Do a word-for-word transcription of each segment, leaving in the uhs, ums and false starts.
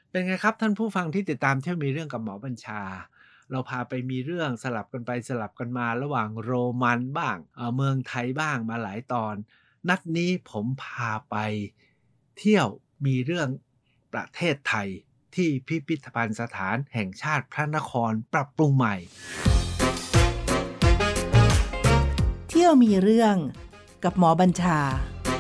เป็นไงครับท่านผู้ฟังที่ติดตามเที่ยวมีเรื่องกับหมอบัญชาเราพาไปมีเรื่องสลับกันไปสลับกันมาระหว่างโรมันบ้างเอ่อเมืองไทยบ้างมาหลายตอนนัดนี้ผมพาไปเที่ยวมีเรื่องประเทศไทยที่พิพิธภัณฑ์สถานแห่งชาติพระนครปรับปรุงใหม่เที่ยวมีเรื่องกับหมอบัญชา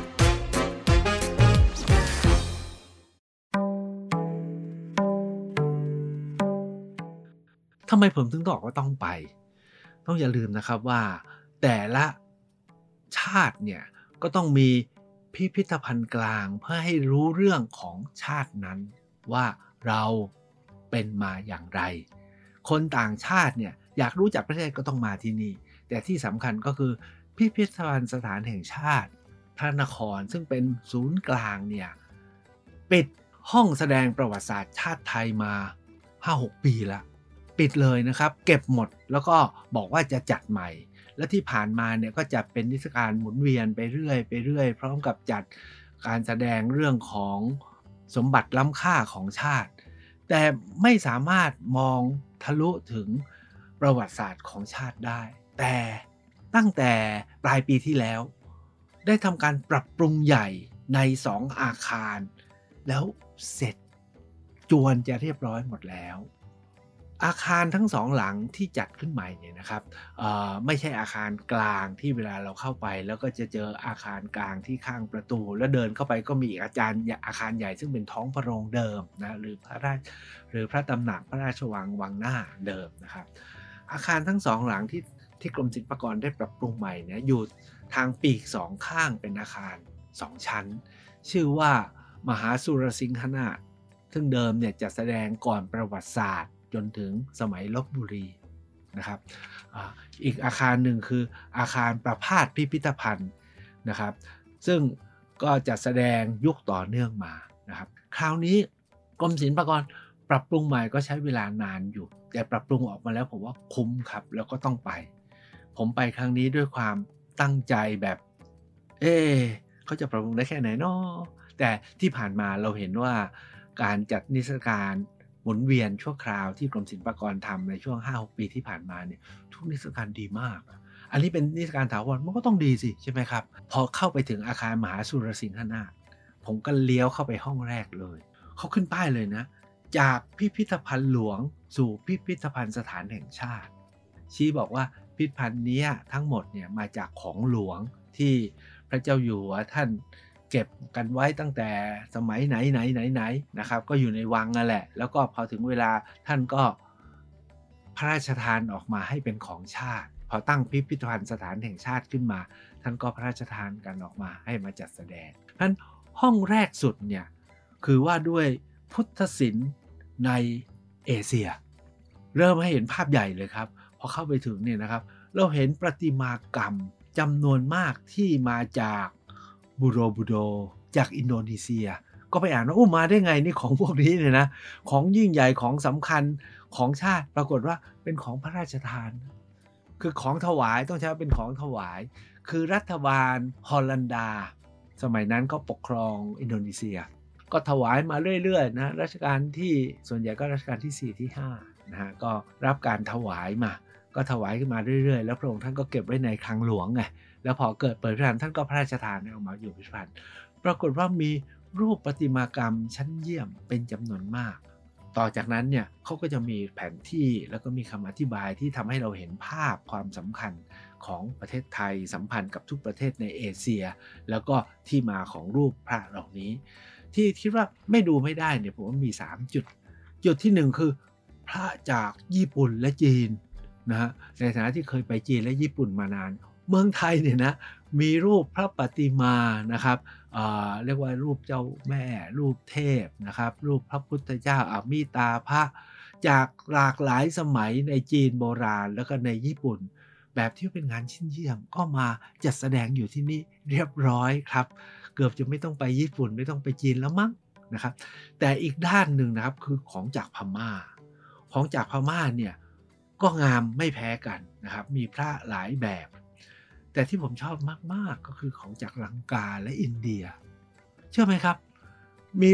ทำไมผมถึงบอกว่าต้องไป ต้องอย่าลืมนะครับว่าแต่ละชาติเนี่ยก็ต้องมีพิพิธภัณฑ์กลางเพื่อให้รู้เรื่องของชาตินั้นว่าเราเป็นมาอย่างไร คนต่างชาติเนี่ยอยากรู้จักประเทศก็ต้องมาที่นี่ แต่ที่สำคัญก็คือพิพิธภัณฑ์สถานแห่งชาติพระนครซึ่งเป็นศูนย์กลางเนี่ยปิดห้องแสดงประวัติศาสตร์ชาติไทยมา ห้าหก ปีแล้ว ปิดเลยนะครับเก็บหมดแล้วก็บอกว่าจะจัดใหม่และที่ผ่านมาเนี่ยก็จะเป็นนิทรรศการหมุนเวียนไปเรื่อยไปเรื่อยพร้อมกับจัดการแสดงเรื่องของสมบัติล้ำค่าของชาติแต่ไม่สามารถมองทะลุถึงประวัติศาสตร์ของชาติได้แต่ตั้งแต่ปลายปีที่แล้วได้ทำการปรับปรุงใหญ่ในสองอาคารแล้วเสร็จจวนจะเรียบร้อยหมดแล้วอาคารทั้งสองหลังที่จัดขึ้นใหม่เนี่ยนะครับไม่ใช่อาคารกลางที่เวลาเราเข้าไปแล้วก็จะเจออาคารกลางที่ข้างประตูแล้วเดินเข้าไปก็มีอาจารย์อาคารใหญ่ซึ่งเป็นท้องพระโรงเดิมนะหรือพระราชหรือพระตำหนักพระราชวังวังหน้าเดิมนะครับอาคารทั้งสองหลังที่ที่กรมศิลปากรได้ปรับปรุงใหม่เนี่ยอยู่ทางปีกสองข้างเป็นอาคารสองชั้นชื่อว่ามหาสุรสิงหนาถซึ่งเดิมเนี่ยจะแสดงก่อนประวัติศาสตร์จนถึงสมัยลพบุรีนะครับอ่าอีกอาคารหนึ่งคืออาคารประพาสพิพิธภัณฑ์นะครับซึ่งก็จะแสดงยุคต่อเนื่องมานะครับคราวนี้กรมศิลปากรปรับปรุงใหม่ก็ใช้เวลานานอยู่แต่ปรับปรุงออกมาแล้วผมว่าคุ้มครับแล้วก็ต้องไปผมไปครั้งนี้ด้วยความตั้งใจแบบเอ๊ะเขาจะปรับปรุงได้แค่ไหนเนาะแต่ที่ผ่านมาเราเห็นว่าการจัดนิทรรศการหมุนเวียนชั่วคราวที่กรมศิลปากรทำในช่วง ห้าหก ปีที่ผ่านมาเนี่ยทุกนิทรรศการดีมากอันนี้เป็นนิทรรศการถาวรมันก็ต้องดีสิใช่ไหมครับพอเข้าไปถึงอาคารมหาสุรสิงหนาถผมก็เลี้ยวเข้าไปห้องแรกเลยเขาขึ้นป้ายเลยนะจากพิพิธภัณฑ์หลวงสู่พิพิธภัณฑ์สถานแห่งชาติชี้บอกว่าพิพิธภัณฑ์นี้ทั้งหมดเนี่ยมาจากของหลวงที่พระเจ้าอยู่หัวท่านเก็บกันไว้ตั้งแต่สมัยไหนไหนไหนไหนนะครับก็อยู่ในวังนั่นแหละแล้วก็พอถึงเวลาท่านก็พระราชทานออกมาให้เป็นของชาติพอตั้งพิพิธภัณฑ์สถานแห่งชาติขึ้นมาท่านก็พระราชทานกันออกมาให้มาจัดแสดงเพราะฉะนั้นห้องแรกสุดเนี่ยคือว่าด้วยพุทธศิลป์ในเอเชียเริ่มให้เห็นภาพใหญ่เลยครับพอเข้าไปถึงเนี่ยนะครับเราเห็นประติมากรรมจำนวนมากที่มาจากบูโรบูโดจากอินโดนีเซียก็ไปอ่านว่าอู้มาได้ไงนี่ของพวกนี้เนี่ยนะของยิ่งใหญ่ของสำคัญของชาติปรากฏว่าเป็นของพระราชทานคือของถวายต้องใช้เป็นของถวายคือรัฐบาลฮอลันดาสมัยนั้นก็ปกครองอินโดนีเซียก็ถวายมาเรื่อยๆนะรัชกาลที่ส่วนใหญ่ก็รัชกาลที่สี่ที่ห้านะฮะก็รับการถวายมาก็ถวายขึ้นมาเรื่อยๆแล้วพระองค์ท่านก็เก็บไว้ในคลังหลวงไงแล้วพอเกิดเปิดพิพิธภัณฑ์ท่านก็พระราชทานออกมาอยู่พิพิธภัณฑ์ปรากฏว่ามีรูปประติมากรรมชั้นเยี่ยมเป็นจำนวนมากต่อจากนั้นเนี่ยเขาก็จะมีแผนที่แล้วก็มีคำอธิบายที่ทำให้เราเห็นภาพความสำคัญของประเทศไทยสัมพันธ์กับทุกประเทศในเอเชียแล้วก็ที่มาของรูปพระเหล่านี้ที่คิดว่าไม่ดูไม่ได้เนี่ยผมว่ามีสามจุดจุดที่หนึ่งคือพระจากญี่ปุ่นและจีนนะฮะในฐานะที่เคยไปจีนและญี่ปุ่นมานานเมืองไทยเนี่ยนะมีรูปพระปฏิมานะครับเอ่อเรียกว่ารูปเจ้าแม่รูปเทพนะครับรูปพระพุทธเจ้าอมิตาภะจากหลากหลายสมัยในจีนโบราณแล้วก็ในญี่ปุ่นแบบที่เป็นงานชิ้นเยี่ยมก็มาจัดแสดงอยู่ที่นี่เรียบร้อยครับเกือบจะไม่ต้องไปญี่ปุ่นไม่ต้องไปจีนแล้วมั้งนะครับแต่อีกด้านหนึ่งนะครับคือของจากพม่าของจากพม่าเนี่ยก็งามไม่แพ้กันนะครับมีพระหลายแบบแต่ที่ผมชอบมากๆก็คือของจากลังกาและอินเดียเชื่อไหมครับมี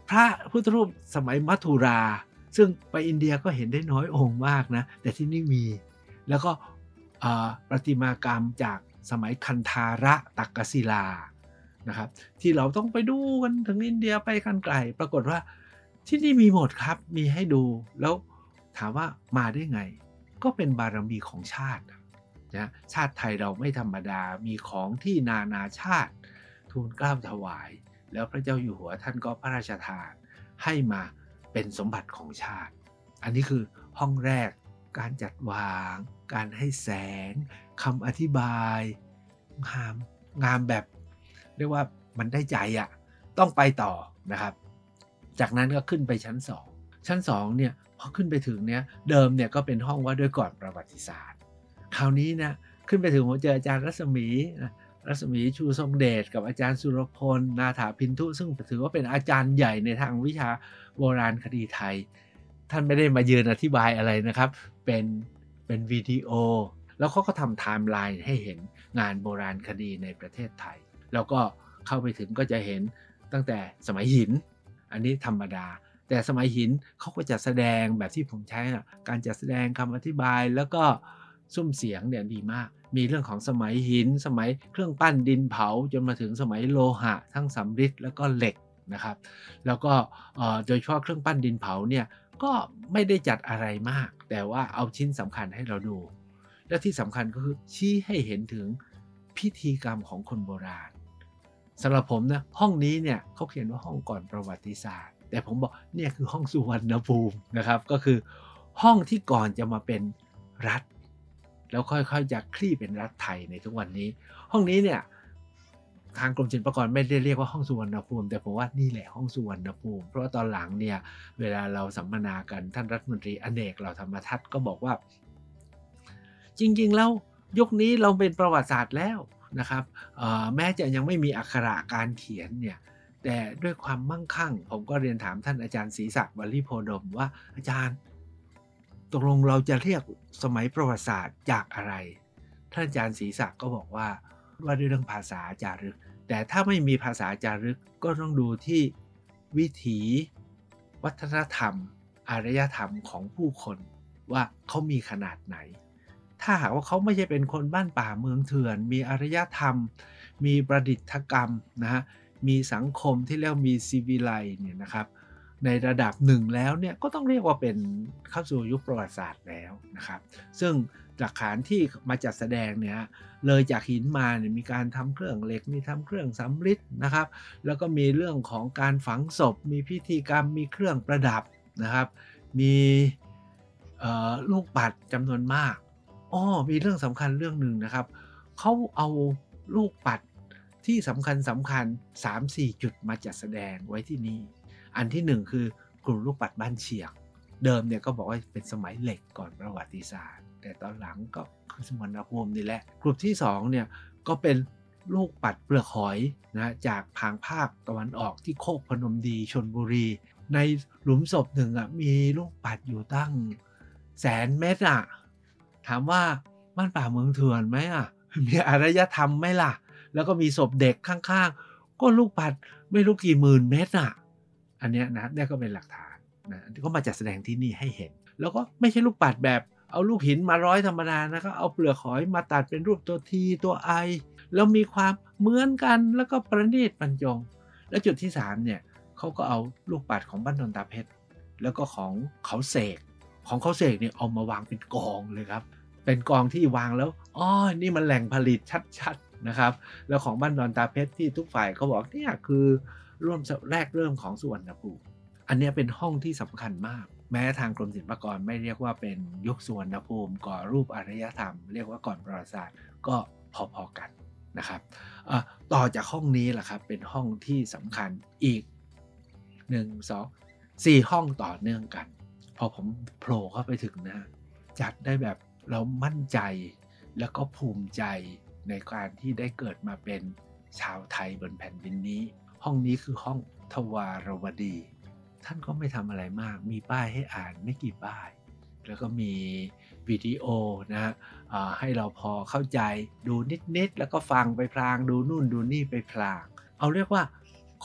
พระพุทธรูปสมัยมัทุราซึ่งไปอินเดียก็เห็นได้น้อยองค์มากนะแต่ที่นี่มีแล้วก็ประติมากรรมจากสมัยคันธาระตักกศิลานะครับที่เราต้องไปดูกันถึงอินเดียไปกันไกลปรากฏว่าที่นี่มีหมดครับมีให้ดูแล้วถามว่ามาได้ไงก็เป็นบารมีของชาตินะชาติไทยเราไม่ธรรมดามีของที่นานาชาติทูลเกล้าถวายแล้วพระเจ้าอยู่หัวท่านก็พระราชทานให้มาเป็นสมบัติของชาติอันนี้คือห้องแรกการจัดวางการให้แสงคำอธิบายงามงามแบบเรียกว่ามันได้ใจอ่ะต้องไปต่อนะครับจากนั้นก็ขึ้นไปชั้นสองชั้นสองเนี่ยพอขึ้นไปถึงเนี้ยเดิมเนี่ยก็เป็นห้องว่าด้วยก่อนประวัติศาสตร์คราวนี้นะขึ้นไปถึงผมเจออาจารย์รัศมีรัศมีชูทรงเดชกับอาจารย์สุรพลนาถาพินทุซึ่งถือว่าเป็นอาจารย์ใหญ่ในทางวิชาโบราณคดีไทยท่านไม่ได้มายืนอธิบายอะไรนะครับเป็นเป็นวิดีโอแล้วเขาก็ทำไทม์ไลน์ให้เห็นงานโบราณคดีในประเทศไทยแล้วก็เข้าไปถึงก็จะเห็นตั้งแต่สมัยหินอันนี้ธรรมดาแต่สมัยหินเขาก็จะแสดงแบบที่ผมใช้การจัดแสดงคำอธิบายแล้วก็ซุ้มเสียงเนี่ยดีมากมีเรื่องของสมัยหินสมัยเครื่องปั้นดินเผาจนมาถึงสมัยโลหะทั้งสำริดแล้วก็เหล็กนะครับแล้วก็โดยเฉพาะเครื่องปั้นดินเผาเนี่ยก็ไม่ได้จัดอะไรมากแต่ว่าเอาชิ้นสำคัญให้เราดูและที่สำคัญก็คือชี้ให้เห็นถึงพิธีกรรมของคนโบราณสำหรับผมนะห้องนี้เนี่ยเขาเขียนว่าห้องก่อนประวัติศาสตร์แต่ผมบอกเนี่ยคือห้องสุวรรณภูมินะครับก็คือห้องที่ก่อนจะมาเป็นรัฐแล้วค่อยๆจะคลี่เป็นรัฐไทยในทุกวันนี้ห้องนี้เนี่ยทางกรมศิลปากรไม่ได้เรียกว่าห้องสุวรรณภูมิแต่ผมว่านี่แหละห้องสุวรรณภูมิเพราะว่าตอนหลังเนี่ยเวลาเราสัมมนากันท่านรัฐมนตรีอเนกเหล่าธรรมทัศน์ก็บอกว่าจริงๆแล้วยุคนี้เราเป็นประวัติศาสตร์แล้วนะครับแม้จะยังไม่มีอักขระการเขียนเนี่ยแต่ด้วยความมั่งคั่งผมก็เรียนถามท่านอาจารย์ศรีศักดิ์วลีโพดมว่าอาจารย์ตกลงเราจะเรียกสมัยประวัติศาสตร์จากอะไรท่านอาจารย์ศรีศักดิ์ก็บอกว่าว่าด้วยเรื่องภาษาจารึกแต่ถ้าไม่มีภาษาจารึกก็ต้องดูที่วิถีวัฒนธรรมอารยธรรมของผู้คนว่าเขามีขนาดไหนถ้าหากว่าเขาไม่ใช่เป็นคนบ้านป่าเมืองเถื่อนมีอารยธรรมมีประดิษฐกรรมนะฮะมีสังคมที่เรียกมีซีวิไลเนี่ยนะครับในระดับหนึ่งแล้วเนี่ยก็ต้องเรียกว่าเป็นเข้าสู่ยุคประวัติศาสตร์แล้วนะครับซึ่งหลักฐานที่มาจัดแสดงเนี่ยเลยจากหินมาเนี่ยมีการทำเครื่องเหล็กมีทำเครื่องสำริดนะครับแล้วก็มีเรื่องของการฝังศพมีพิธีกรรมมีเครื่องประดับนะครับมีลูกปัดจำนวนมากอ้อมีเรื่องสำคัญเรื่องหนึ่งนะครับเขาเอาลูกปัดที่สำคัญสำคัญ สามสี่ จุดมาจัดแสดงไว้ที่นี่อันที่หนึ่งคือกลุ่มลูกปัดบ้านเชียงเดิมเนี่ยก็บอกว่าเป็นสมัยเหล็กก่อนประวัติศาสตร์แต่ตอนหลังก็คือสมรภูมินี่แหละกลุ่มที่สองเนี่ยก็เป็นลูกปัดเปลือกหอยนะจากทางภาคตะวันออกที่โคกพนมดีชลบุรีในหลุมศพหนึ่งอ่ะมีลูกปัดอยู่ตั้งแสนเม็ดอ่ะถามว่าบ้านป่าเมืองเถื่อนไหมอ่ะมีอารยธรรมไหมล่ะแล้วก็มีศพเด็กข้างๆก็ลูกปัดไม่รู้กี่หมื่นเม็ดอ่ะอันนี้นะนี่ก็เป็นหลักฐานนะก็มาจัดแสดงที่นี่ให้เห็นแล้วก็ไม่ใช่ลูกปัดแบบเอาลูกหินมาร้อยธรรมดานะก็เอาเปลือกหอยมาตัดเป็นรูปตัวทีตัวไอแล้วมีความเหมือนกันแล้วก็ประณีตบรรจงแล้วจุดที่สามเนี่ยเขาก็เอาลูกปัดของบ้านดอนตาเพชรแล้วก็ของเขาเสกของเขาเสกเนี่ยเอามาวางเป็นกองเลยครับเป็นกองที่วางแล้วอ๋อนี่มันแหล่งผลิตชัดๆนะครับแล้วของบ้านดอนตาเพชรที่ทุกฝ่ายเขาบอกเนี่ยคือร่วมแรกเริ่มของสุวรรณภูมิอันนี้เป็นห้องที่สำคัญมากแม้ทางกรมศิลปากรไม่เรียกว่าเป็นยุคสุวรรณภูมิก่อรูปอารยธรรมเรียกว่าก่อนประวัติศาสตร์ก็พอๆกันนะครับต่อจากห้องนี้แหละครับเป็นห้องที่สำคัญอีกหนึ่ง สอง สี่ห้องต่อเนื่องกันพอผมโผล่เข้าไปถึงนะจัดได้แบบเรามั่นใจแล้วก็ภูมิใจในการที่ได้เกิดมาเป็นชาวไทยบนแผ่นดินนี้ห้องนี้คือห้องทวารวดีท่านก็ไม่ทำอะไรมากมีป้ายให้อ่านไม่กี่ป้ายแล้วก็มีวิดีโอนะฮะให้เราพอเข้าใจดูนิดๆแล้วก็ฟังไปพลางดูนู่นดูนี่ไปพลางเอาเรียกว่า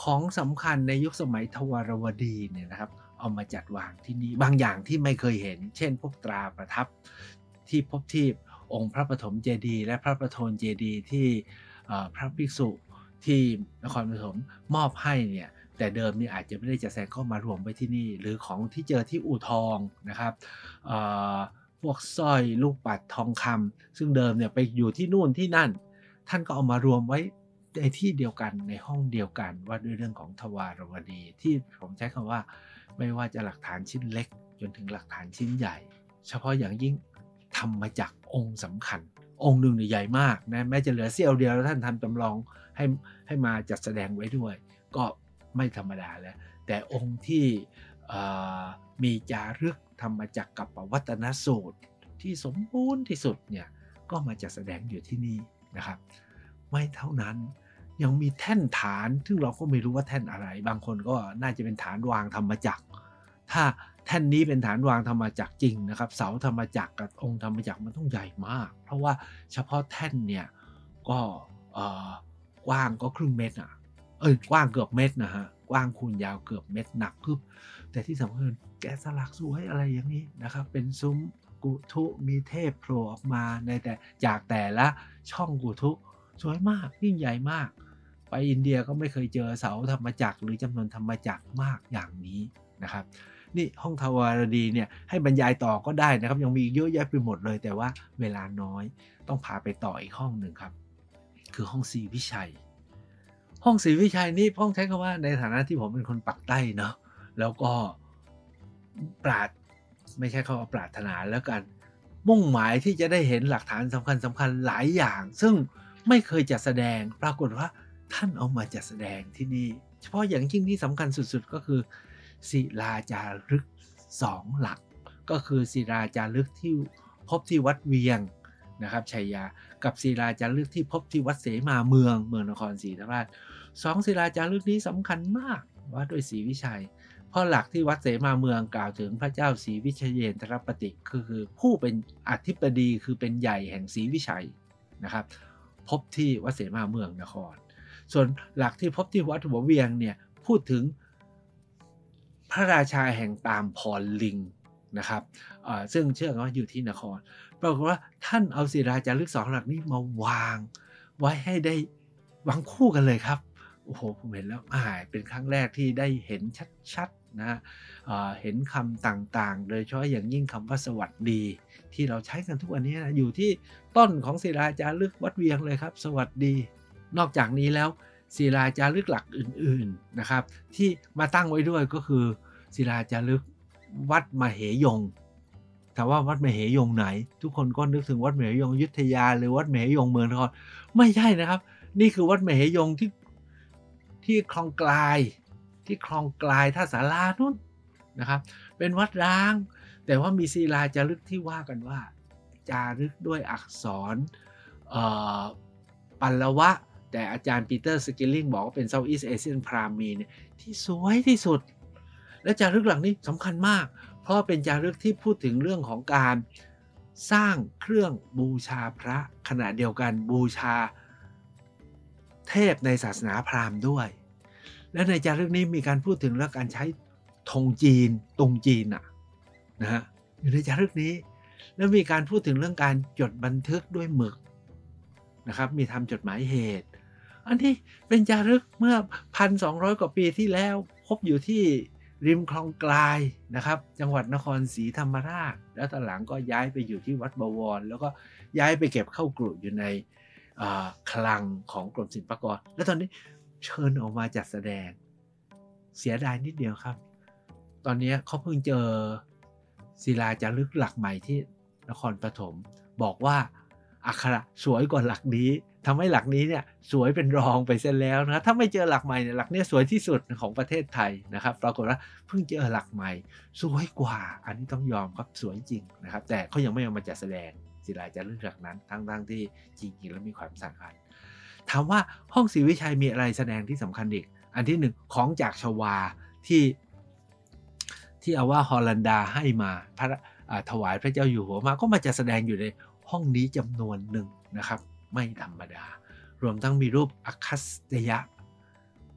ของสำคัญในยุคสมัยทวารวดีเนี่ยนะครับเอามาจัดวางที่นี่บางอย่างที่ไม่เคยเห็นเช่นพวกตราประทับที่พบที่องค์พระปฐมเจดีย์และพระประโทนเจดีย์ที่พระภิกษุที่นครปฐมมอบให้เนี่ยแต่เดิมนี่อาจจะไม่ได้จัดแสดงเข้ามารวมไว้ที่นี่หรือของที่เจอที่อู่ทองนะครับพวกสร้อยลูกปัดทองคำซึ่งเดิมเนี่ยไปอยู่ที่นู่นที่นั่นท่านก็เอามารวมไว้ในที่เดียวกันในห้องเดียวกันว่าด้วยเรื่องของทวารวดีที่ผมใช้คำว่าไม่ว่าจะหลักฐานชิ้นเล็กจนถึงหลักฐานชิ้นใหญ่เฉพาะอย่างยิ่งทำมาจากองค์สำคัญองค์หนึ่งใหญ่มากนะแม้จะเหลือเสี้ยวเดียวแล้วท่านทำจำลองให้ให้มาจัดแสดงไว้ด้วยก็ไม่ธรรมดาแล้วแต่องค์ที่มีจารึกทำมาจากกัปปวัตนสูตรที่สมบูรณ์ที่สุดเนี่ยก็มาจัดแสดงอยู่ที่นี่นะครับไม่เท่านั้นยังมีแท่นฐานซึ่งเราก็ไม่รู้ว่าแท่นอะไรบางคนก็น่าจะเป็นฐานวางธรรมจักรถ้าแท่นนี้เป็นฐานวางธรรมจักรจริงนะครับเสาธรรมจักรกับองค์ธรรมจักรมันต้องใหญ่มากเพราะว่าเฉพาะแท่นเนี่ยก็กว้างก็ครึ่งเมตรอ่ะเอ้ยกว้างเกือบเมตรนะฮะกว้างคูณยาวเกือบเมตรหนักคือแต่ที่สำคัญแกะสลักสวยอะไรอย่างนี้นะครับเป็นซุ้มกุทุมีเทพโผล่ออกมาในแต่จากแต่ละช่องกุทุสวยมากยิ่งใหญ่มากไปอินเดียก็ไม่เคยเจอเสาธรรมจักรหรือจำนวนธรรมจักรมากอย่างนี้นะครับนี่ห้องทวารดีเนี่ยให้บรรยายต่อก็ได้นะครับยังมีเยอะแยะไปหมดเลยแต่ว่าเวลาน้อยต้องพาไปต่ออีกห้องหนึ่งครับคือห้องศรีวิชัยห้องศรีวิชัยนี่พ้องใช้คำว่าในฐานะที่ผมเป็นคนปักใต้เนาะแล้วก็ปราดไม่ใช่คำว่าปรารถนาแล้วกันมุ่งหมายที่จะได้เห็นหลักฐานสำคัญสำคัญหลายอย่างซึ่งไม่เคยจัดแสดงปรากฏว่าท่านเอามาจัดแสดงที่นี่เฉพาะอย่างยิ่งที่สำคัญสุดๆก็คือศิลาจารึกสองหลักก็คือศิลาจารึกที่พบที่วัดเวียงนะครับชัยยากับศิลาจารึกที่พบที่วัดเสมาเมืองเมืองนครศรีธรรมราชสองศิลาจารึกนี้สำคัญมากว่าด้วยศรีวิชัยเพราะหลักที่วัดเสมาเมืองกล่าวถึงพระเจ้าศรีวิชัยเยนทรปฏิคือผู้เป็นอธิบดีคือเป็นใหญ่แห่งศรีวิชัยนะครับพบที่วัดเสมาเมืองนครส่วนหลักที่พบที่วัดหัวเวียงเนี่ยพูดถึงพระราชาแห่งตามพรลิงนะครับซึ่งเชื่อกันว่าอยู่ที่นครปรากฏว่าท่านเอาศิลาจารึกสองหลักนี้มาวางไว้ให้ได้วางคู่กันเลยครับโอ้โหผมเห็นแล้วอ่าเป็นครั้งแรกที่ได้เห็นชัดๆนะเห็นคำต่างๆโดยเฉพาะอย่างยิ่งคำว่าสวัสดีที่เราใช้กันทุกวันนี้นะอยู่ที่ต้นของศิลาจารึกวัดเวียงเลยครับสวัสดีนอกจากนี้แล้วศิลาจารึกหลักอื่นๆนะครับที่มาตั้งไว้ด้วยก็คือศิลาจารึกวัดมเหยงแต่ว่าวัดมเหยงไหนทุกคนก็นึกถึงวัดมเหยงอยุธยาหรือวัดมเหยงเมืองนครไม่ใช่นะครับนี่คือวัดมเหยงที่ที่คลองกลายที่คลองกลายท่าสารานู่นนะครับเป็นวัดร้างแต่ว่ามีศิลาจารึกที่ว่ากันว่าจารึกด้วยอักษรปัลลวะแต่อาจารย์ปีเตอร์สกิลลิงบอกว่าเป็น Southeast Asian Brahmi เนี่ยที่สวยที่สุดและจารึกหลังนี้สำคัญมากเพราะเป็นจารึกที่พูดถึงเรื่องของการสร้างเครื่องบูชาพระขณะเดียวกันบูชาเทพในศาสนาพราหมณ์ด้วยและในจารึกนี้มีการพูดถึงเรื่องการใช้ธงจีนตรงจีนอะนะฮะอยู่ในจารึกนี้แล้วมีการพูดถึงเรื่องการจดบันทึกด้วยหมึกนะครับมีทำจดหมายเหตุอันนี้เป็นจารึกเมื่อ หนึ่งพันสองร้อย กว่าปีที่แล้วพบอยู่ที่ริมคลองกลายนะครับจังหวัดนครศรีธรรมราชแล้วตอนหลังก็ย้ายไปอยู่ที่วัดบวรแล้วก็ย้ายไปเก็บเข้ากรุอยู่ในคลังของกรมศิลปากรและตอนนี้เชิญออกมาจัดแสดงเสียดายนิดเดียวครับตอนนี้เขาเพิ่งเจอศิลาจารึกหลักใหม่ที่นครปฐมบอกว่าอักขระสวยกว่าหลักนี้ทำให้หลักนี้เนี่ยสวยเป็นรองไปเสียแล้วนะถ้าไม่เจอหลักใหม่เนี่ยหลักนี้สวยที่สุดของประเทศไทยนะครับปรากฏว่าเพิ่งเจอหลักใหม่สวยกว่าอันนี้ต้องยอมครับสวยจริงนะครับแต่เขายังไม่เอามาจัดแสดงศิลาจารึกหลักนั้นทั้งๆที่จริงๆแล้วมีความสำคัญถามว่าห้องศรีวิชัยมีอะไรแสดงที่สำคัญอีกอันที่หนึ่งของจากชวาที่ที่เอาว่าฮอลันดาให้มาพระถวายพระเจ้าอยู่หัวมาก็มาจัดแสดงอยู่ในห้องนี้จำนวนหนึ่งนะครับไม่ธรรมดารวมทั้งมีรูปอัคคัสตยะ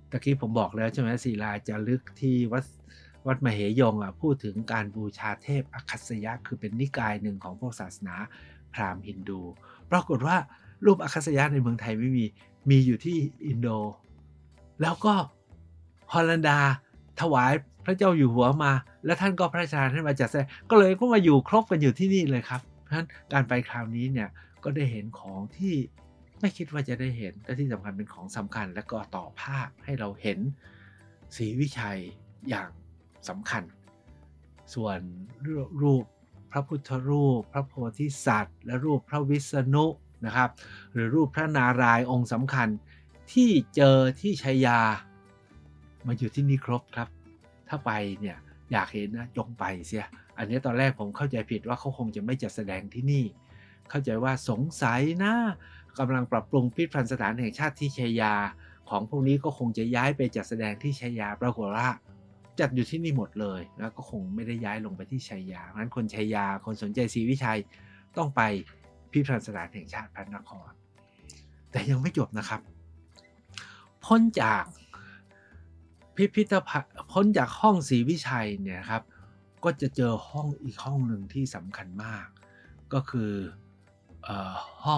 ตะกี้ผมบอกแล้วใช่ไหมศิลาจารึกที่วัดวัดมเหยงอ่ะพูดถึงการบูชาเทพอคัสยะคือเป็นนิกายหนึ่งของพวกศาสนาพราหมณ์ฮินดูปรากฏว่ารูปอคัสยะในเมืองไทยไม่มีมีอยู่ที่อินโดแล้วก็ฮอลันดาถวายพระเจ้าอยู่หัวมาแล้วท่านก็พระราชทานให้มาจัดแสดงก็เลยก็มาอยู่ครบกันอยู่ที่นี่เลยครับเพราะฉะนั้นการไปคราวนี้เนี่ยก็ได้เห็นของที่ไม่คิดว่าจะได้เห็นและที่สำคัญเป็นของสำคัญและก็ต่อภาพให้เราเห็นศรีวิชัยอย่างสำคัญส่วนรูปพระพุทธรูปพระโพธิสัตว์และรูปพระวิษณุนะครับหรือรูปพระนารายณ์องค์สำคัญที่เจอที่ชัยยามาอยู่ที่นี่ครบครับถ้าไปเนี่ยอยากเห็นนะจงไปเสียอันนี้ตอนแรกผมเข้าใจผิดว่าเขาคงจะไม่จัดแสดงที่นี่เข้าใจว่าสงสัยนะกำลังปรับปรุงพิพิธภัณฑ์สถานแห่งชาติที่ชัยยาของพวกนี้ก็คงจะย้ายไปจัดแสดงที่ชัยยาปรากฏว่าจัดอยู่ที่นี่หมดเลยแล้วก็คงไม่ได้ย้ายลงไปที่ชัยยาเพราะฉะนั้นคนชัยยาคนสนใจศรีวิชัยต้องไปพิพิธภัณฑ์สถานแห่งชาติพระนครแต่ยังไม่จบนะครับพ้นจากพิพิธภัณฑ์พ้นจากห้องศรีวิชัยเนี่ยครับก็จะเจอห้องอีกห้องหนึ่งที่สำคัญมากก็คือเอ่อห้อง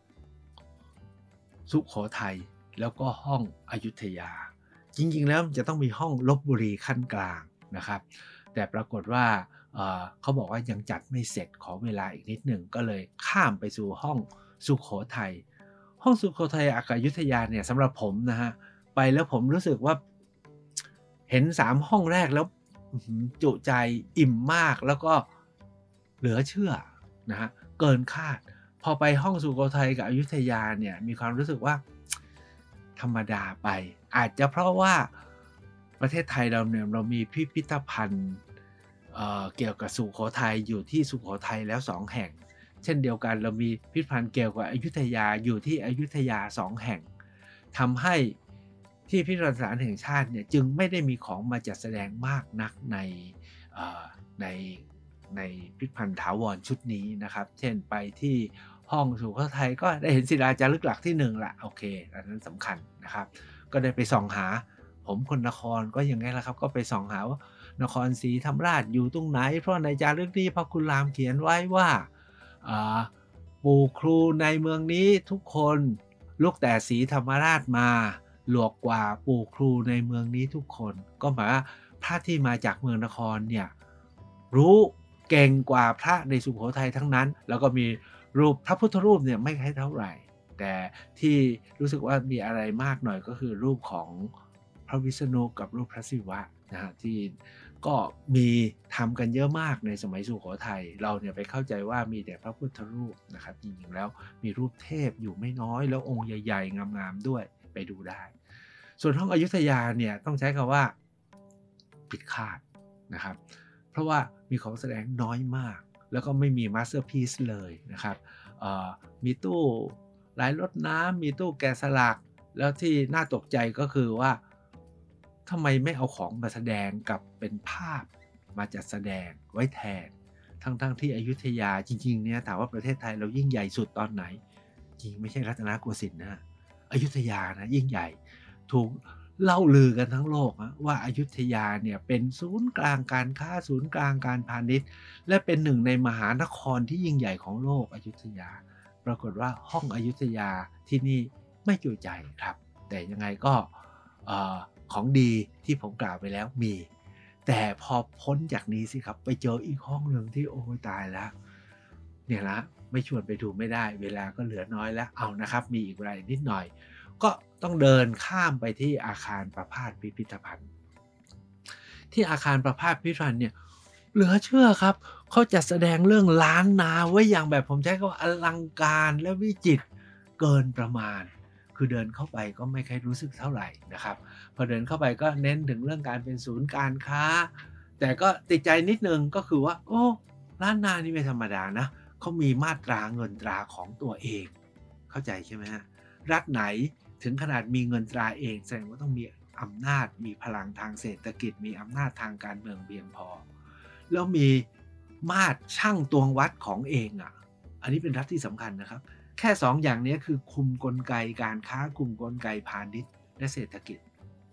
สุโขทัยแล้วก็ห้องอยุธยาจริงๆแล้วจะต้องมีห้องลพบุรีขั้นกลางนะครับแต่ปรากฏว่า เอ่อ เขาบอกว่ายังจัดไม่เสร็จขอเวลาอีกนิดหนึ่งก็เลยข้ามไปสู่ห้องสุโขทัยห้องสุโขทัยกับอยุธยาเนี่ยสำหรับผมนะฮะไปแล้วผมรู้สึกว่าเห็นสามห้องแรกแล้วจุใจอิ่มมากแล้วก็เหลือเชื่อนะฮะเกินคาดพอไปห้องสุโขทัยกับอยุธยาเนี่ยมีความรู้สึกว่าธรรมดาไปอาจจะเพราะว่าประเทศไทยเราเนี่ยเรามีพิพิธภัณฑ์ เอ่อ เกี่ยวกับสุโขทัยอยู่ที่สุโขทัยแล้วสองแห่งเช่นเดียวกันเรามีพิพิธภัณฑ์เกี่ยวกับอยุธยาอยู่ที่อยุธยาสองแห่งทำให้ที่พิพิธภัณฑ์สถานแห่งชาติเนี่ยจึงไม่ได้มีของมาจัดแสดงมากนักในในในพิพิธภัณฑ์ถาวรชุดนี้นะครับเช่นไปที่ห้องสุโขทัยก็ได้เห็นศิลาจารึกหลักที่หนึ่งละโอเคอันนั้นสำคัญนะครับก็ได้ไปส่องหาผมคนนครก็ยังไงล่ะครับก็ไปส่องหาว่านครศรีธรรมราชอยู่ตรงไหนเพราะในจารึกนี้พระคุณรามเขียนไว้ว่าปู่ครูในเมืองนี้ทุกคนลุกแต่ศรีธรรมราชมาหลวกกว่าปู่ครูในเมืองนี้ทุกคนก็หมายว่าพระที่มาจากเมืองนครเนี่ยรู้เก่งกว่าพระในสุโขทัยทั้งนั้นแล้วก็มีรูปพระพุทธรูปเนี่ยไม่ค่อยเท่าไหร่แต่ที่รู้สึกว่ามีอะไรมากหน่อยก็คือรูปของพระวิษณุกับรูปพระศิวะนะฮะที่ก็มีทำกันเยอะมากในสมัยสุโขทัยเราเนี่ยไปเข้าใจว่ามีแต่พระพุทธรูปนะครับจริงๆแล้วมีรูปเทพอยู่ไม่น้อยแล้วองค์ใหญ่ๆงามๆด้วยไปดูได้ส่วนห้องอยุธยาเนี่ยต้องใช้คำว่าผิดคาดนะครับเพราะว่ามีของแสดงน้อยมากแล้วก็ไม่มีมาสเตอร์พีซเลยนะครับมีตู้ลายรถน้ำมีตู้แกะสลักแล้วที่น่าตกใจก็คือว่าทำไมไม่เอาของมาแสดงกับเป็นภาพมาจัดแสดงไว้แทนทั้งๆที่อยุธยาจริงๆเนี่ยถามว่าประเทศไทยเรายิ่งใหญ่สุดตอนไหนจริงไม่ใช่รัตนโกสินทร์นะอยุธยานะยิ่งใหญ่ถูกเล่าลือกันทั้งโลกนะว่าอยุธยาเนี่ยเป็นศูนย์กลางการค้าศูนย์กลางการพาณิชย์และเป็นหนึ่งในมหานครที่ยิ่งใหญ่ของโลกอยุธยาปรากฏว่าห้องอยุธยาที่นี่ไม่จุใจครับแต่ยังไงก็ของดีที่ผมกล่าวไปแล้วมีแต่พอพ้นจากนี้สิครับไปเจออีกห้องหนึ่งที่โอ้ยตายแล้วเนี่ยละไม่ชวนไปดูไม่ได้เวลาก็เหลือน้อยแล้วเอานะครับมีอีกรายนิดหน่อยก็ต้องเดินข้ามไปที่อาคารประภาสพิพิธภัณฑ์ที่อาคารประภาสพิพิธภัณฑ์เนี่ยเหลือเชื่อครับเขาจัดแสดงเรื่องล้านนาไว้อย่างแบบผมใช้คำว่าอลังการและวิจิตรเกินประมาณคือเดินเข้าไปก็ไม่ค่อยรู้สึกเท่าไหร่นะครับพอเดินเข้าไปก็เน้นถึงเรื่องการเป็นศูนย์การค้าแต่ก็ติดใจนิดนึงก็คือว่าโอ้ล้านนานี่ไม่ธรรมดานะเขามีมาตราเงินตราของตัวเองเข้าใจใช่ไหมฮะรัฐไหนถึงขนาดมีเงินตราเองแสดงว่าต้องมีอำนาจมีพลังทางเศรษฐกิจมีอำนาจทางการเมืองเพียงพอแล้วมีมาตรชั่งตวงวัดของเองอ่ะอันนี้เป็นรัฐที่สำคัญนะครับแค่สองอย่างนี้คือคุมกลไกการค้าคุมกลไกพาณิชย์และเศรษฐกิจ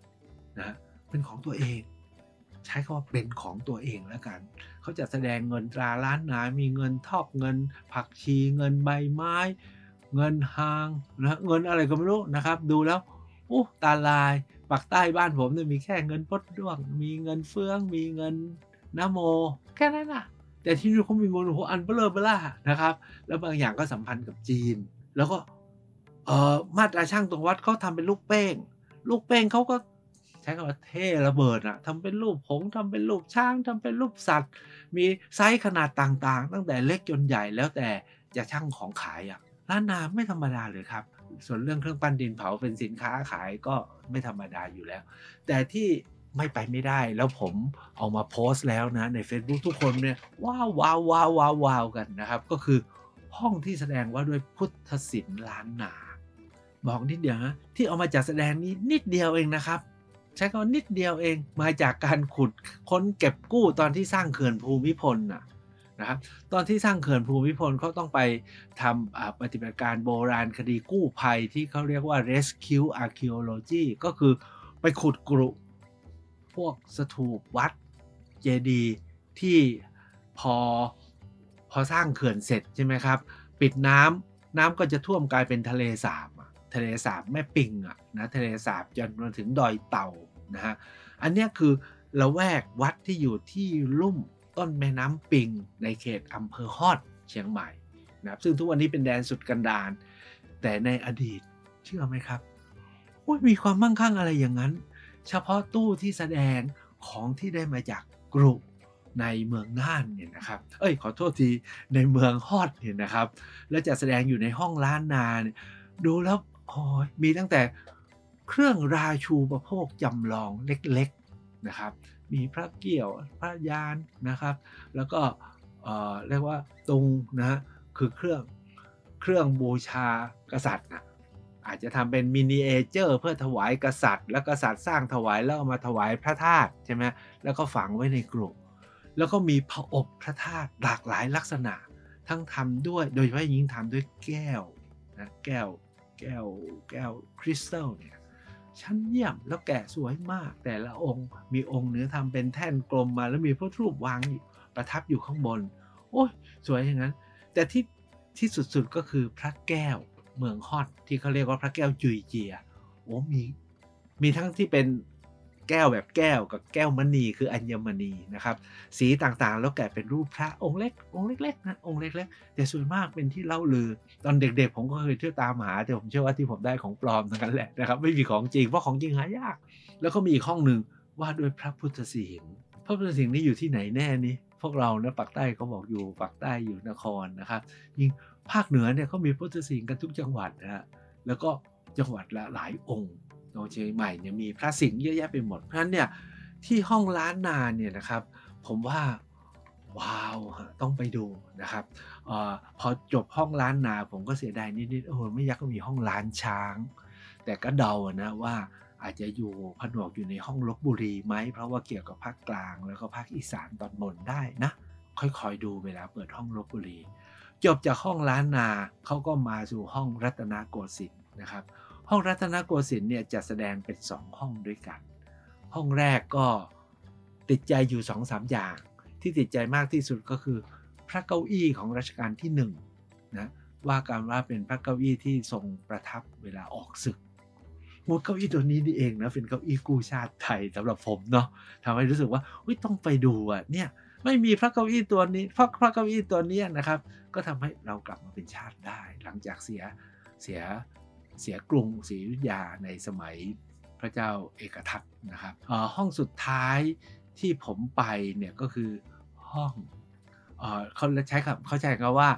นะเป็นของตัวเองใช้คำว่าเป็นของตัวเองแล้วกันเขาจะแสดงเงินตราล้านนามีเงินทอกเงินผักชีเงินใบไม้เงินฮางนะเงินอะไรก็ไม่รู้นะครับดูแล้วโอ้ตาลายปากใต้บ้านผมเนี่ยมีแค่เงินพดด้วงมีเงินเฟืองมีเงินนะโมแค่นั้นน่ะแต่ที่นี่เขามีเงินโอ้โฮอันเบ้อเร่อเบ้อร่านะครับแล้วบางอย่างก็สัมพันธ์กับจีนแล้วก็เอ่อมาตราชั่งตรงวัดเขาทำเป็นลูกเป้งลูกเป้งเขาก็ใช้คำว่าเท่ระเบิดอะทำเป็นรูปหงส์ทำเป็นรูปช้างทำเป็นรูปสัตว์มีไซซ์ขนาดต่างๆตั้งแต่เล็กจนใหญ่แล้วแต่จะชั่งของขายอะล้านนาไม่ธรรมดาเลยครับส่วนเรื่องเครื่องปั้นดินเผาเป็นสินค้าขายก็ไม่ธรรมดาอยู่แล้วแต่ที่ไม่ไปไม่ได้แล้วผมเอามาโพสต์แล้วนะในเฟซบุ๊กทุกคนเนี่ยว้าวๆๆๆๆกันนะครับก็คือห้องที่แสดงว่าด้วยพุทธศิลป์ล้านนาบอกนิดเดียวนะที่เอามาจัดแสดงนี้นิดเดียวเองนะครับใช้คำว่านิดเดียวเองมาจากการขุดค้นเก็บกู้ตอนที่สร้างเขื่อนภูมิพลน่ะนะครับตอนที่สร้างเขื่อนภูมิพลเขาต้องไปทำอ่าปฏิบัติการโบราณคดีกู้ภัยที่เขาเรียกว่า Rescue Archaeology ก็คือไปขุดกรุพวกสถูปวัดเจดีย์ที่พอพอสร้างเขื่อนเสร็จใช่ไหมครับปิดน้ำน้ำก็จะท่วมกลายเป็นทะเลสาบอะทะเลสาบแม่ปิงอะนะทะเลสาบจนมาถึงดอยเต่านะฮะอันเนี้ยคือละแวกวัดที่อยู่ที่ลุ่มต้นแม่น้ำปิงในเขตอำเภอฮอดเชียงใหม่นะครับซึ่งทุกวันนี้เป็นแดนสุดกันดารแต่ในอดีตเชื่อไหมครับโอ้ยมีความมั่งคั่งอะไรอย่างนั้นเฉพาะตู้ที่แสดงของที่ได้มาจากกรุในเมืองน่านเนี่ยนะครับเอ้ยขอโทษทีในเมืองฮอดเนี่ยนะครับแล้วจะแสดงอยู่ในห้องล้านนาเนี่ยดูแล้วโอ้ยมีตั้งแต่เครื่องราชูปโภคจำลองเล็กๆนะครับมีพระเกี่ยวพระยานนะครับแล้วก็เอ่อเรียกว่าตุงนะฮะคือเครื่องเครื่องบูชากษัตริย์นะอาจจะทำเป็นมินิเอเจอร์เพื่อถวายกษัตริย์แล้วกษัตริย์สร้างถวายแล้วเอามาถวายพระธาตุใช่ไหมแล้วก็ฝังไว้ในกรุแล้วก็มีผอบพระธาตุหลากหลายลักษณะทั้งทำด้วยโดยเฉพาะยิ่งทำด้วยแก้วนะแก้วแก้วแก้วคริสตัลเนี่ยชั้นเยี่ยมแล้วแกะสวยมากแต่ละองค์มีองค์เนื้อทำเป็นแท่นกลมมาแล้วมีพระรูปวางประทับอยู่ข้างบนโอ้ยสวยอย่างนั้นแต่ที่ที่สุดๆก็คือพระแก้วเมืองฮอดที่เขาเรียกว่าพระแก้วจุยเจียโอ้มีมีทั้งที่เป็นแก้วแบบแก้วกับแก้วมณีคืออัญมณีนะครับสีต่างๆแล้วแกะเป็นรูปพระองค์เล็กองค์เล็กๆนะองค์เล็กๆแต่ส่วนมากเป็นที่เล่าลือตอนเด็กๆผมก็เคยเที่ยวตามหาแต่ผมเชื่อว่าที่ผมได้ของปลอมทั้งนั้นแหละนะครับไม่มีของจริงเพราะของจริงหายากแล้วก็มีอีกห้องหนึ่งว่าด้วยพระพุทธสิหิงค์พระพุทธสิหิงค์นี่อยู่ที่ไหนแน่นี่พวกเรานะปากใต้เขาบอกอยู่ปากใต้อยู่นครนะครับยิ่งภาคเหนือเนี่ยเขามีพุทธสิหิงค์กันทุกจังหวัดนะฮะแล้วก็จังหวัดละหลายองค์โดยเชียงใหม่เนี่ยมีพระสิงห์เยอะแยะไปหมดเพราะฉะนั้นเนี่ยที่ห้องล้านนาเนี่ยนะครับผมว่าว้าวต้องไปดูนะครับเอ่อพอจบห้องล้านนาผมก็เสียดายนิดๆโอ้โหไม่อยากก็มีห้องล้านช้างแต่ก็เดานะว่าอาจจะอยู่ผนวกอยู่ในห้องลพบุรีไหมเพราะว่าเกี่ยวกับภาคกลางแล้วก็ภาคอีสานตอนบนได้นะค่อยๆดูเวลาเปิดห้องลพบุรีจบจากห้องล้านนาเขาก็มาสู่ห้องรัตนโกสินทร์นะครับห้องรัตนโกสินทร์เนี่ยจะแสดงเป็นสองห้องด้วยกันห้องแรกก็ติดใจอยู่ สองสาม อย่างที่ติดใจมากที่สุดก็คือพระเก้าอี้ของรัชกาลที่หนึ่งนะว่ากันว่าเป็นพระเก้าอี้ที่ทรงประทับเวลาออกศึกโอ้เก้าอี้ตัวนี้นี่เองนะเป็นเก้าอี้กู้ชาติไทยสำหรับผมเนาะทำให้รู้สึกว่าต้องไปดูอ่ะเนี่ยไม่มีพระเก้าอี้ตัวนี้เพราะพระเก้าอี้ตัวนี้นะครับก็ทำให้เรากลับมาเป็นชาติได้หลังจากเสียเสียเสียกรุงศรีอยุธยาในสมัยพระเจ้าเอกทัตนะครับห้องสุดท้ายที่ผมไปเนี่ยก็คือห้องเอ่อเขาใช้คำเขาใช้คำว่า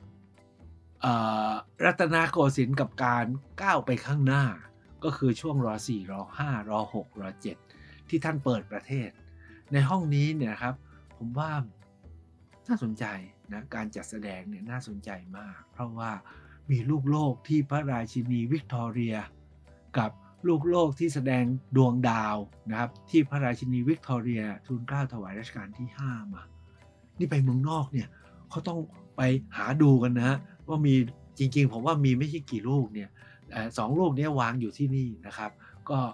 รัตนโกสินทร์กับการก้าวไปข้างหน้าก็คือช่วงรสี่รห้ารหกรเจ็ดที่ท่านเปิดประเทศในห้องนี้เนี่ยครับผมว่าน่าสนใจนะการจัดแสดงเนี่ยน่าสนใจมากเพราะว่ามีลูกโลกที่พระราชินีวิกตอเรียกับลูกโลกที่แสดงดวงดาวนะครับที่พระราชินีวิกตอเรียทูลเกล้าถวายรัชกาลที่ห้ามานี่ไปเมืองนอกเนี่ยเขาต้องไปหาดูกันนะว่ามีจริงๆผมว่ามีไม่ใช่กี่ลูกเนี่ยสองลูกนี้วางอยู่ที่นี่นะครับก็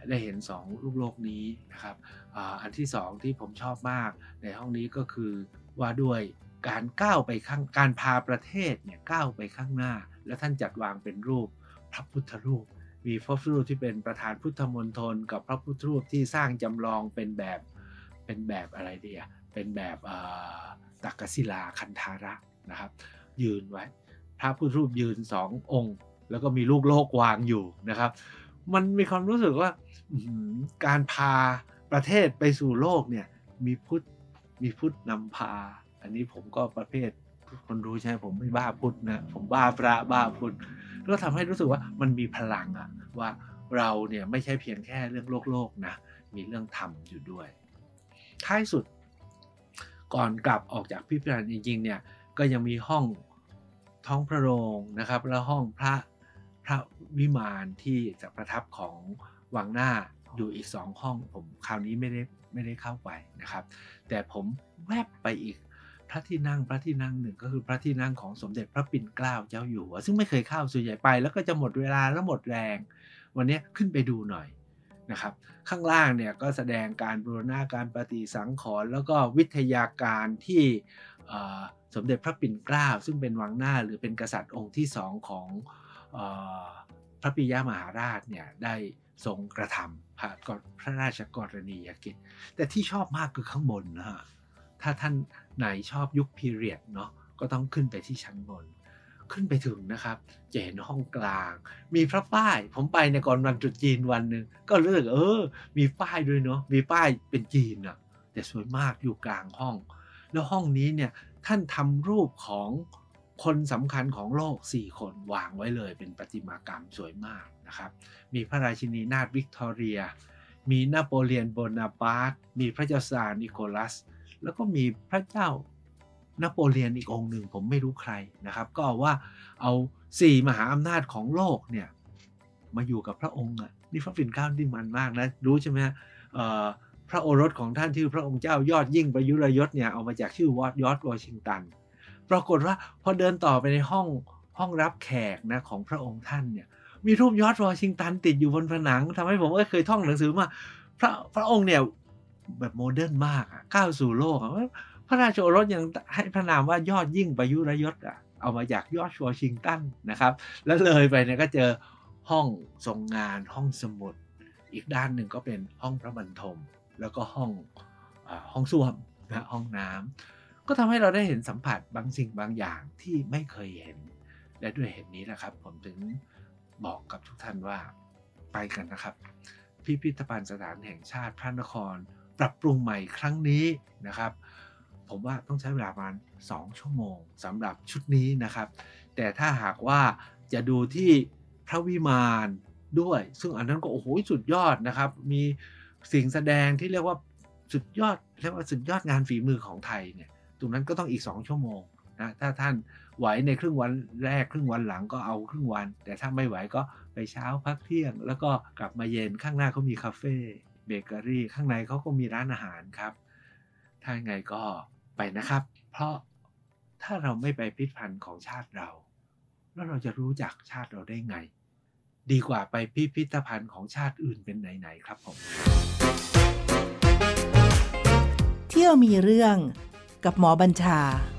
ได้เห็นสองลูกโลกนี้นะครับอ่าอันที่สองที่ผมชอบมากในห้องนี้ก็คือว่าด้วยการก้าวไปข้างการพาประเทศเนี่ยก้าวไปข้างหน้าและท่านจัดวางเป็นรูปพระพุทธรูปมีพระพุทธรูปที่เป็นประธานพุทธมณฑลกับพระพุทธรูปที่สร้างจำลองเป็นแบบเป็นแบบอะไรดีอ่ะเป็นแบบตักกศิลาคันธาระนะครับยืนไว้พระพุทธรูปยืนสององค์แล้วก็มีลูกโลกวางอยู่นะครับมันมีความรู้สึกว่าการพาประเทศไปสู่โลกเนี่ยมีพุทธมีพุทธนำพาอันนี้ผมก็ประเภททุกคนรู้ใช่ไหมผมไม่บ้าพุทธนะผมบ้าพระบ้าพุทธก็ทำให้รู้สึกว่ามันมีพลังอะว่าเราเนี่ยไม่ใช่เพียงแค่เรื่องโลกโลกนะมีเรื่องธรรมอยู่ด้วยท้ายสุดก่อนกลับออกจากพิพิธภัณฑ์จริงๆเนี่ยก็ยังมีห้องท้องพระโรงนะครับแล้วห้องพระพระวิมานที่จะประทับของวังหน้าอยู่อีกสองห้องผมคราวนี้ไม่ได้ไม่ได้เข้าไปนะครับแต่ผมแวบไปอีกพระที่นั่งพระที่นั่งหนึ่งก็คือพระที่นั่งของสมเด็จพระปิ่นเกล้าเจ้าอยู่หัวซึ่งไม่เคยเข้าส่วนใหญ่ไปแล้วก็จะหมดเวลาแล้วหมดแรงวันนี้ขึ้นไปดูหน่อยนะครับข้างล่างเนี่ยก็แสดงการบูรณาการปฏิสังขรณ์แล้วก็วิทยาการที่สมเด็จพระปิ่นเกล้าซึ่งเป็นวังหน้าหรือเป็นกษัตริย์องค์ที่สองของพระปิยมหาราชเนี่ยได้ทรงกระทำพระพระราชกรณียกิจแต่ที่ชอบมากคือข้างบนนะฮะถ้าท่านไหนชอบยุคพีเรียดเนาะก็ต้องขึ้นไปที่ชั้นบนขึ้นไปถึงนะครับจะเห็นห้องกลางมีพระป้ายผมไปในก่อนวันตรุษจีนวันหนึ่งก็รู้สึกเออมีป้ายด้วยเนาะมีป้ายเป็นจีนอะแต่สวยมากอยู่กลางห้องแล้วห้องนี้เนี่ยท่านทำรูปของคนสำคัญของโลกสี่คนวางไว้เลยเป็นประติมากรรมสวยมากนะครับมีพระราชินีนาถวิกตอเรียมีนโปเลียนโบนาปาร์ตมีพระเจ้าซาร์นิโคลัสแล้วก็มีพระเจ้านโปเลียนอีกองค์หนึ่งผมไม่รู้ใครนะครับก็เอาว่าเอาสี่มหาอำนาจของโลกเนี่ยมาอยู่กับพระองค์อ่ะนี่พระปิ่นเกล้าดีมันมากนะรู้ใช่ไหมพระโอรสของท่านชื่อพระองค์เจ้ายอดยิ่งประยุรยศเนี่ยเอามาจากชื่อวอร์ดยอร์จวอชิงตันปรากฏว่าพอเดินต่อไปในห้องห้องรับแขกนะของพระองค์ท่านเนี่ยมีรูปยอร์จวอชิงตันติดอยู่บนผนังทำให้ผมเคยท่องหนังสือมาพระพระองค์เนี่ยแบบโมเดิร์นมากก้าวสู่โลกพระราชโอรสยังให้พระนามว่ายอดยิ่งประยุรยศอ่ะเอามาจากยอร์จวอชิงตันนะครับแล้วเลยไปเนี่ยก็เจอห้องทรงงานห้องสมุดอีกด้านหนึ่งก็เป็นห้องพระบรรทมแล้วก็ห้องอ่าห้องส้วมนะห้องน้ำก็ทำให้เราได้เห็นสัมผัสบางสิ่งบางอย่างที่ไม่เคยเห็นและด้วยเหตุนี้นะครับผมถึงบอกกับทุกท่านว่าไปกันนะครับพิพิธภัณฑ์สถานแห่งชาติพระนครปรับปรุงใหม่ครั้งนี้นะครับผมว่าต้องใช้เวลาประมาณสองชั่วโมงสำหรับชุดนี้นะครับแต่ถ้าหากว่าจะดูที่พระวิมานด้วยซึ่งอันนั้นก็โอ้โหสุดยอดนะครับมีสิ่งแสดงที่เรียกว่าสุดยอดเรียกว่าสุดยอดงานฝีมือของไทยเนี่ยตรงนั้นก็ต้องอีกสองชั่วโมงนะถ้าท่านไหวในครึ่งวันแรกครึ่งวันหลังก็เอาครึ่งวันแต่ถ้าไม่ไหวก็ไปเช้าพักเที่ยงแล้วก็กลับมาเย็นข้างหน้าเขามีคาเฟ่เบเกอรี่ข้างในเขาก็มีร้านอาหารครับถ้าไงก็ไปนะครับเพราะถ้าเราไม่ไปพิพิธภัณฑ์ของชาติเราแล้วเราจะรู้จักชาติเราได้ไงดีกว่าไปพิพิธภัณฑ์ของชาติอื่นเป็นไหนๆครับผมเที่ยวมีเรื่องกับหมอบัญชา